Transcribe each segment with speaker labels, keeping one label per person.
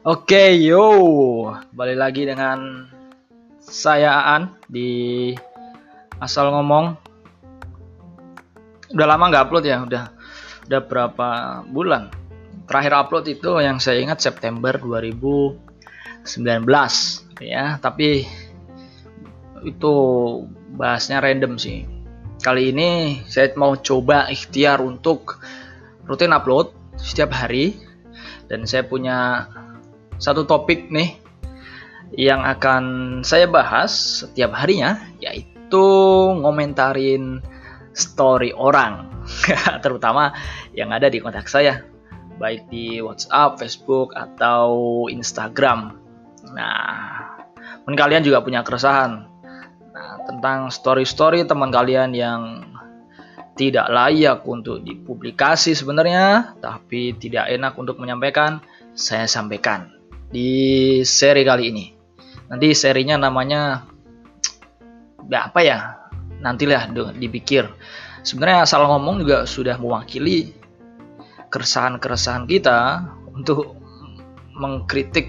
Speaker 1: Oke, yo, balik lagi dengan saya Aan di Asal Ngomong. Udah lama nggak upload ya, udah berapa bulan. Terakhir upload itu yang saya ingat September 2019 ya, tapi itu bahasnya random sih. Kali ini saya mau coba ikhtiar untuk rutin upload setiap hari, dan saya punya satu topik nih yang akan saya bahas setiap harinya, yaitu ngomentarin story orang terutama yang ada di kontak saya, baik di WhatsApp, Facebook, atau Instagram. Nah, mungkin kalian juga punya keresahan tentang story-story teman kalian yang tidak layak untuk dipublikasi sebenarnya, tapi tidak enak untuk menyampaikan. Saya sampaikan di seri kali ini. Nanti serinya namanya apa ya? Nantilah dipikir. Sebenarnya Asal Ngomong juga sudah mewakili keresahan-keresahan kita untuk mengkritik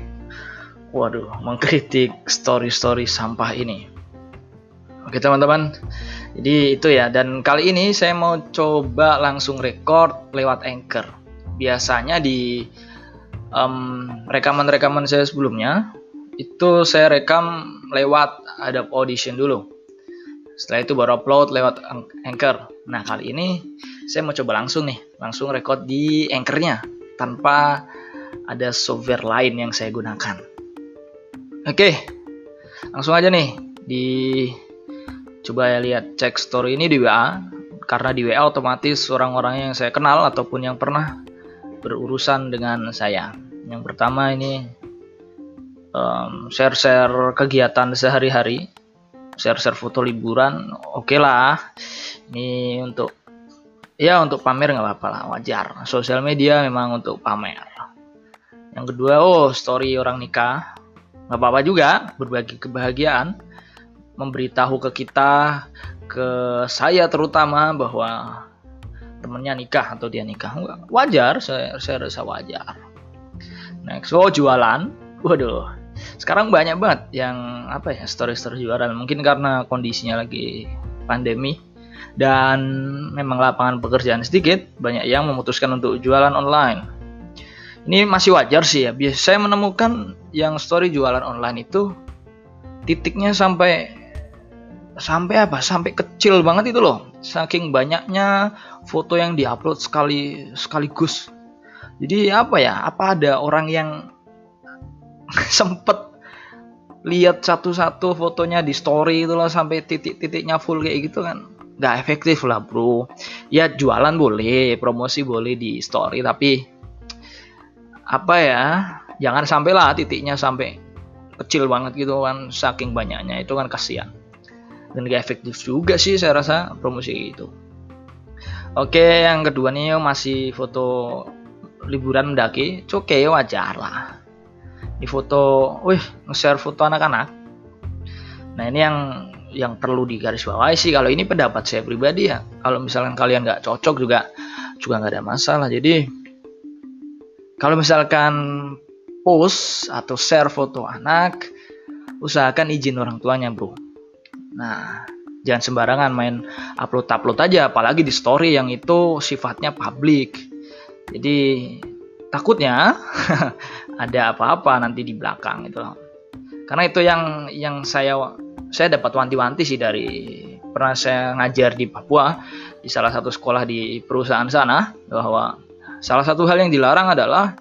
Speaker 1: story-story sampah ini. Oke teman-teman, jadi itu ya. Dan kali ini saya mau coba langsung record lewat Anchor. Biasanya di rekaman-rekaman saya sebelumnya itu saya rekam lewat Adobe Audition dulu, setelah itu baru upload lewat Anchor. Nah, kali ini saya mau coba langsung record di Anchor-nya tanpa ada software lain yang saya gunakan. Oke, langsung aja nih coba ya, lihat cek story ini di WA, karena di WA otomatis orang-orang yang saya kenal ataupun yang pernah berurusan dengan saya. Yang pertama ini share-share kegiatan sehari-hari, share-share foto liburan. Oke lah, ini untuk pamer nggak apa-apa lah, wajar. Sosial media memang untuk pamer. Yang kedua, story orang nikah, nggak apa-apa juga, berbagi kebahagiaan, memberitahu ke kita, ke saya terutama, bahwa temennya nikah atau dia nikah. Wajar, saya rasa wajar. Next, jualan. Waduh, sekarang banyak banget yang story-story jualan. Mungkin karena kondisinya lagi pandemi dan memang lapangan pekerjaan sedikit, banyak yang memutuskan untuk jualan online. Ini masih wajar sih ya. Biasanya saya menemukan yang story jualan online itu titiknya sampai kecil banget itu loh. Saking banyaknya foto yang diupload sekaligus. Jadi apa ada orang yang sempet lihat satu-satu fotonya di story itulah sampai titik-titiknya full kayak gitu kan? Nggak efektif lah bro. Ya jualan boleh, promosi boleh di story, tapi jangan sampai lah titiknya sampai kecil banget gitu kan, saking banyaknya itu kan kasihan. Dan gak efektif juga sih saya rasa promosi itu. Oke, yang kedua nih masih foto liburan mendaki. Oke, wajar lah. Di foto, nge-share foto anak-anak. Nah, ini yang perlu digarisbawahi sih. Kalau ini pendapat saya pribadi ya. Kalau misalkan kalian nggak cocok juga nggak ada masalah. Jadi kalau misalkan post atau share foto anak, usahakan izin orang tuanya bro. Nah, jangan sembarangan main upload aja, apalagi di story yang itu sifatnya publik. Jadi takutnya ada apa-apa nanti di belakang itu. Karena itu yang saya dapat wanti-wanti sih dari pernah saya ngajar di Papua, di salah satu sekolah di perusahaan sana, bahwa salah satu hal yang dilarang adalah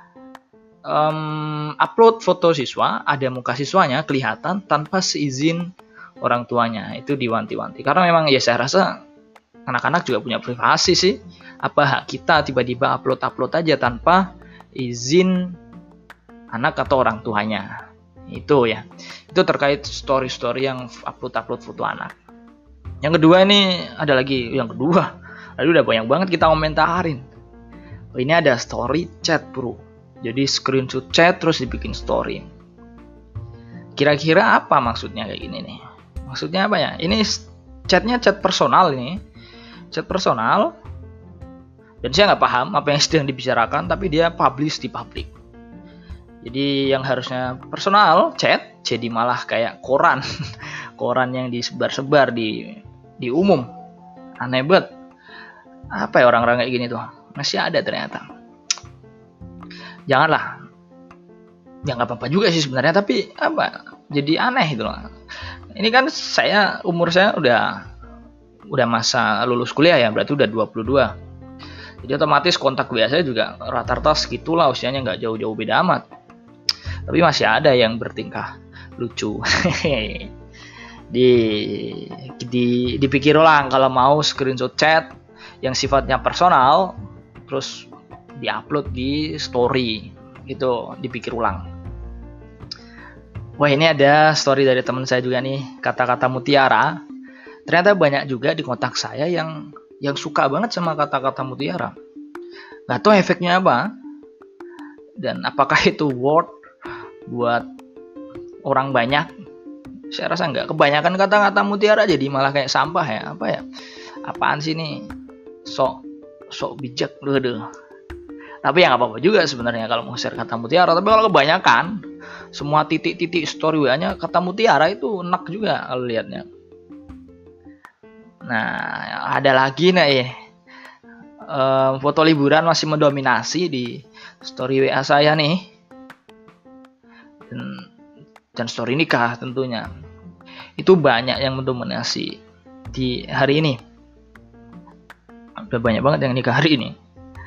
Speaker 1: upload foto siswa, ada muka siswanya kelihatan tanpa seizin orang tuanya. Itu diwanti-wanti, karena memang ya saya rasa anak-anak juga punya privasi sih. Apa hak kita tiba-tiba upload aja tanpa izin anak atau orang tuanya? Itu terkait story yang upload foto anak. Yang kedua ini ada lagi, lalu udah banyak banget kita komentarin. Ini ada story chat bro, jadi screenshot chat terus dibikin story. Kira-kira apa maksudnya kayak gini nih? Maksudnya apa ya? Ini chatnya chat personal ini. Chat personal. Dan saya nggak paham apa yang sedang dibicarakan, tapi dia publish di publik. Jadi yang harusnya personal chat jadi malah kayak koran. Koran yang disebar-sebar di umum. Aneh banget. Apa ya orang-orang kayak gini tuh? Masih ada ternyata. Janganlah. Ya nggak apa-apa juga sih sebenarnya, tapi apa? Jadi aneh gitu loh. Ini kan umur saya udah masa lulus kuliah ya, berarti udah 22. Jadi otomatis kontak biasa juga rata-rata segitulah, usianya nggak jauh-jauh beda amat. Tapi masih ada yang bertingkah lucu. Dipikir ulang kalau mau screenshot chat yang sifatnya personal terus diupload di story gitu, dipikir ulang. Wah, ini ada story dari teman saya juga nih, kata-kata mutiara. Ternyata banyak juga di kontak saya yang suka banget sama kata-kata mutiara. Nggak tahu efeknya apa, dan apakah itu worth buat orang banyak. Saya rasa enggak. Kebanyakan kata-kata mutiara jadi malah kayak sampah ya. Apa ya? Apaan sih nih? Sok bijak deh. Tapi ya nggak apa-apa juga sebenarnya kalau mau share kata mutiara. Tapi kalau kebanyakan semua titik-titik story WA-nya kata mutiara, itu enak juga kalau lihatnya. Nah, ada lagi nih foto liburan masih mendominasi di story WA saya nih. Dan story nikah tentunya. Itu banyak yang mendominasi di hari ini. Udah banyak banget yang nikah hari ini.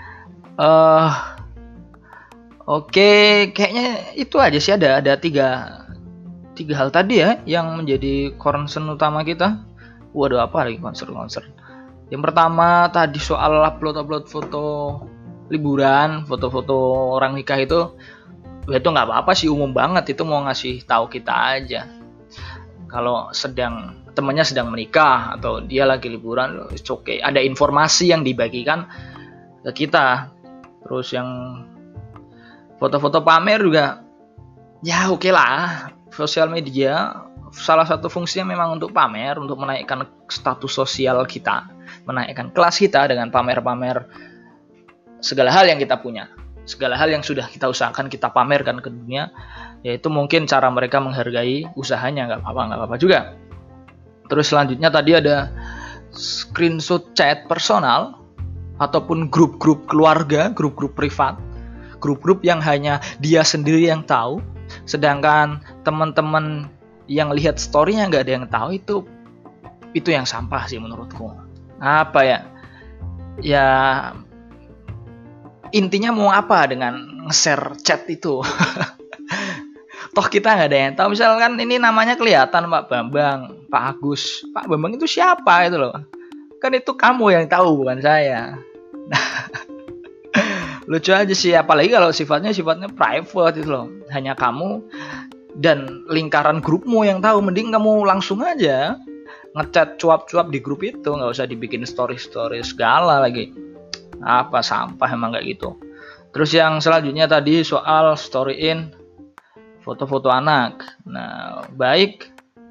Speaker 1: Oke, kayaknya itu aja sih, ada tiga hal tadi ya yang menjadi concern utama kita. Waduh, apa lagi concern. Yang pertama tadi soal upload foto liburan, foto-foto orang nikah itu nggak apa-apa sih, umum banget. Itu mau ngasih tahu kita aja kalau temannya sedang menikah atau dia lagi liburan, it's okay. Ada informasi yang dibagikan ke kita. Terus yang foto-foto pamer juga ya oke lah. Sosial media salah satu fungsinya memang untuk pamer, untuk menaikkan status sosial kita, menaikkan kelas kita dengan pamer-pamer segala hal yang kita punya. Segala hal yang sudah kita usahakan kita pamerkan ke dunia, yaitu mungkin cara mereka menghargai usahanya. Nggak apa-apa juga. Terus selanjutnya tadi ada screenshot chat personal ataupun grup-grup keluarga, grup-grup privat, grup-grup yang hanya dia sendiri yang tahu, sedangkan teman-teman yang lihat story-nya nggak ada yang tahu. Itu yang sampah sih menurutku. Apa ya? Ya intinya mau apa dengan nge-share chat itu? Toh kita nggak ada yang tahu. Misalkan ini namanya kelihatan Pak Bambang, Pak Agus. Pak Bambang itu siapa itu loh? Kan itu kamu yang tahu, bukan saya. Lucu aja sih, apalagi kalau sifatnya private itu loh. Hanya kamu dan lingkaran grupmu yang tahu. Mending kamu langsung aja ngechat cuap-cuap di grup itu, nggak usah dibikin story segala lagi. Apa sampah emang kayak gitu. Terus yang selanjutnya tadi soal storyin foto-foto anak. Nah, baik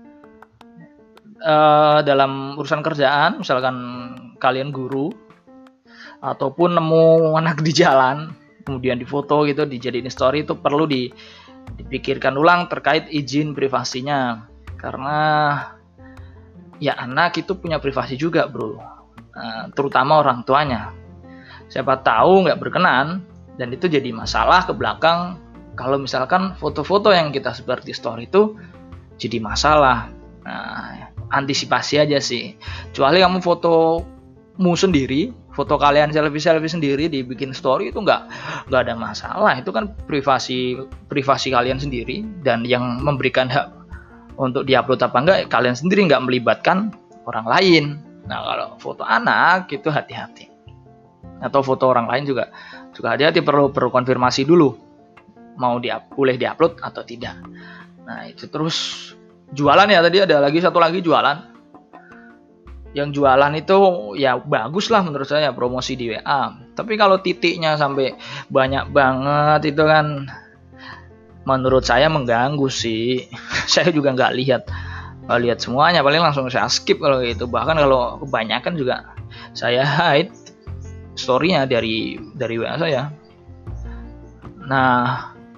Speaker 1: dalam urusan kerjaan, misalkan kalian guru ataupun nemu anak di jalan kemudian difoto gitu, dijadiin story, itu perlu dipikirkan ulang terkait izin privasinya, karena ya anak itu punya privasi juga bro, terutama orang tuanya. Siapa tahu nggak berkenan dan itu jadi masalah ke belakang kalau misalkan foto-foto yang kita sebar di story itu jadi masalah. Nah, antisipasi aja sih. Kecuali kamu fotomu sendiri, foto kalian selfie sendiri dibikin story, itu nggak ada masalah. Itu kan privasi kalian sendiri, dan yang memberikan hak untuk diupload apa enggak kalian sendiri, nggak melibatkan orang lain. Nah, kalau foto anak itu hati-hati. Atau foto orang lain juga hati-hati, perlu konfirmasi dulu mau boleh diupload atau tidak. Nah, itu. Terus jualan ya, tadi ada satu lagi jualan. Yang jualan itu ya bagus lah menurut saya, promosi di WA. Tapi kalau titiknya sampai banyak banget itu kan menurut saya mengganggu sih. Saya juga nggak lihat semuanya, paling langsung saya skip kalau gitu. Bahkan kalau kebanyakan juga saya hide story-nya dari WA saya. Nah,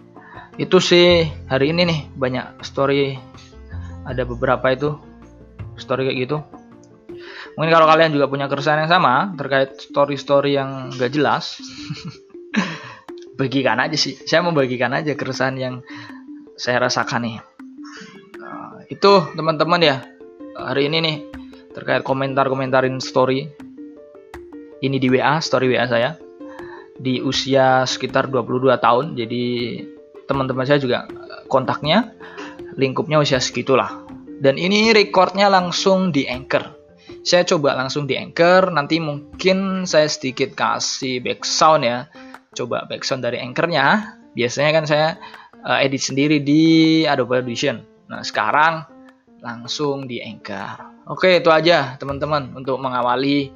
Speaker 1: Itu sih hari ini nih banyak story, ada beberapa itu story kayak gitu. Mungkin kalau kalian juga punya keresahan yang sama terkait story-story yang gak jelas, bagikan aja sih. Saya mau bagikan aja keresahan yang saya rasakan nih. Itu teman-teman ya, hari ini nih terkait komentarin story ini di WA, story WA saya di usia sekitar 22 tahun. Jadi teman-teman saya juga kontaknya lingkupnya usia segitulah. Dan ini recordnya langsung di Anchor. Saya coba langsung di Anchor, nanti mungkin saya sedikit kasih background ya. Coba background dari Anchor-nya. Biasanya kan saya edit sendiri di Adobe Audition. Nah, sekarang langsung di Anchor. Oke, itu aja teman-teman untuk mengawali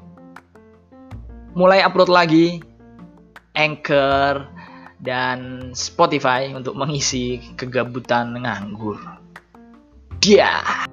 Speaker 1: mulai upload lagi Anchor dan Spotify untuk mengisi kegabutan nganggur. Dia.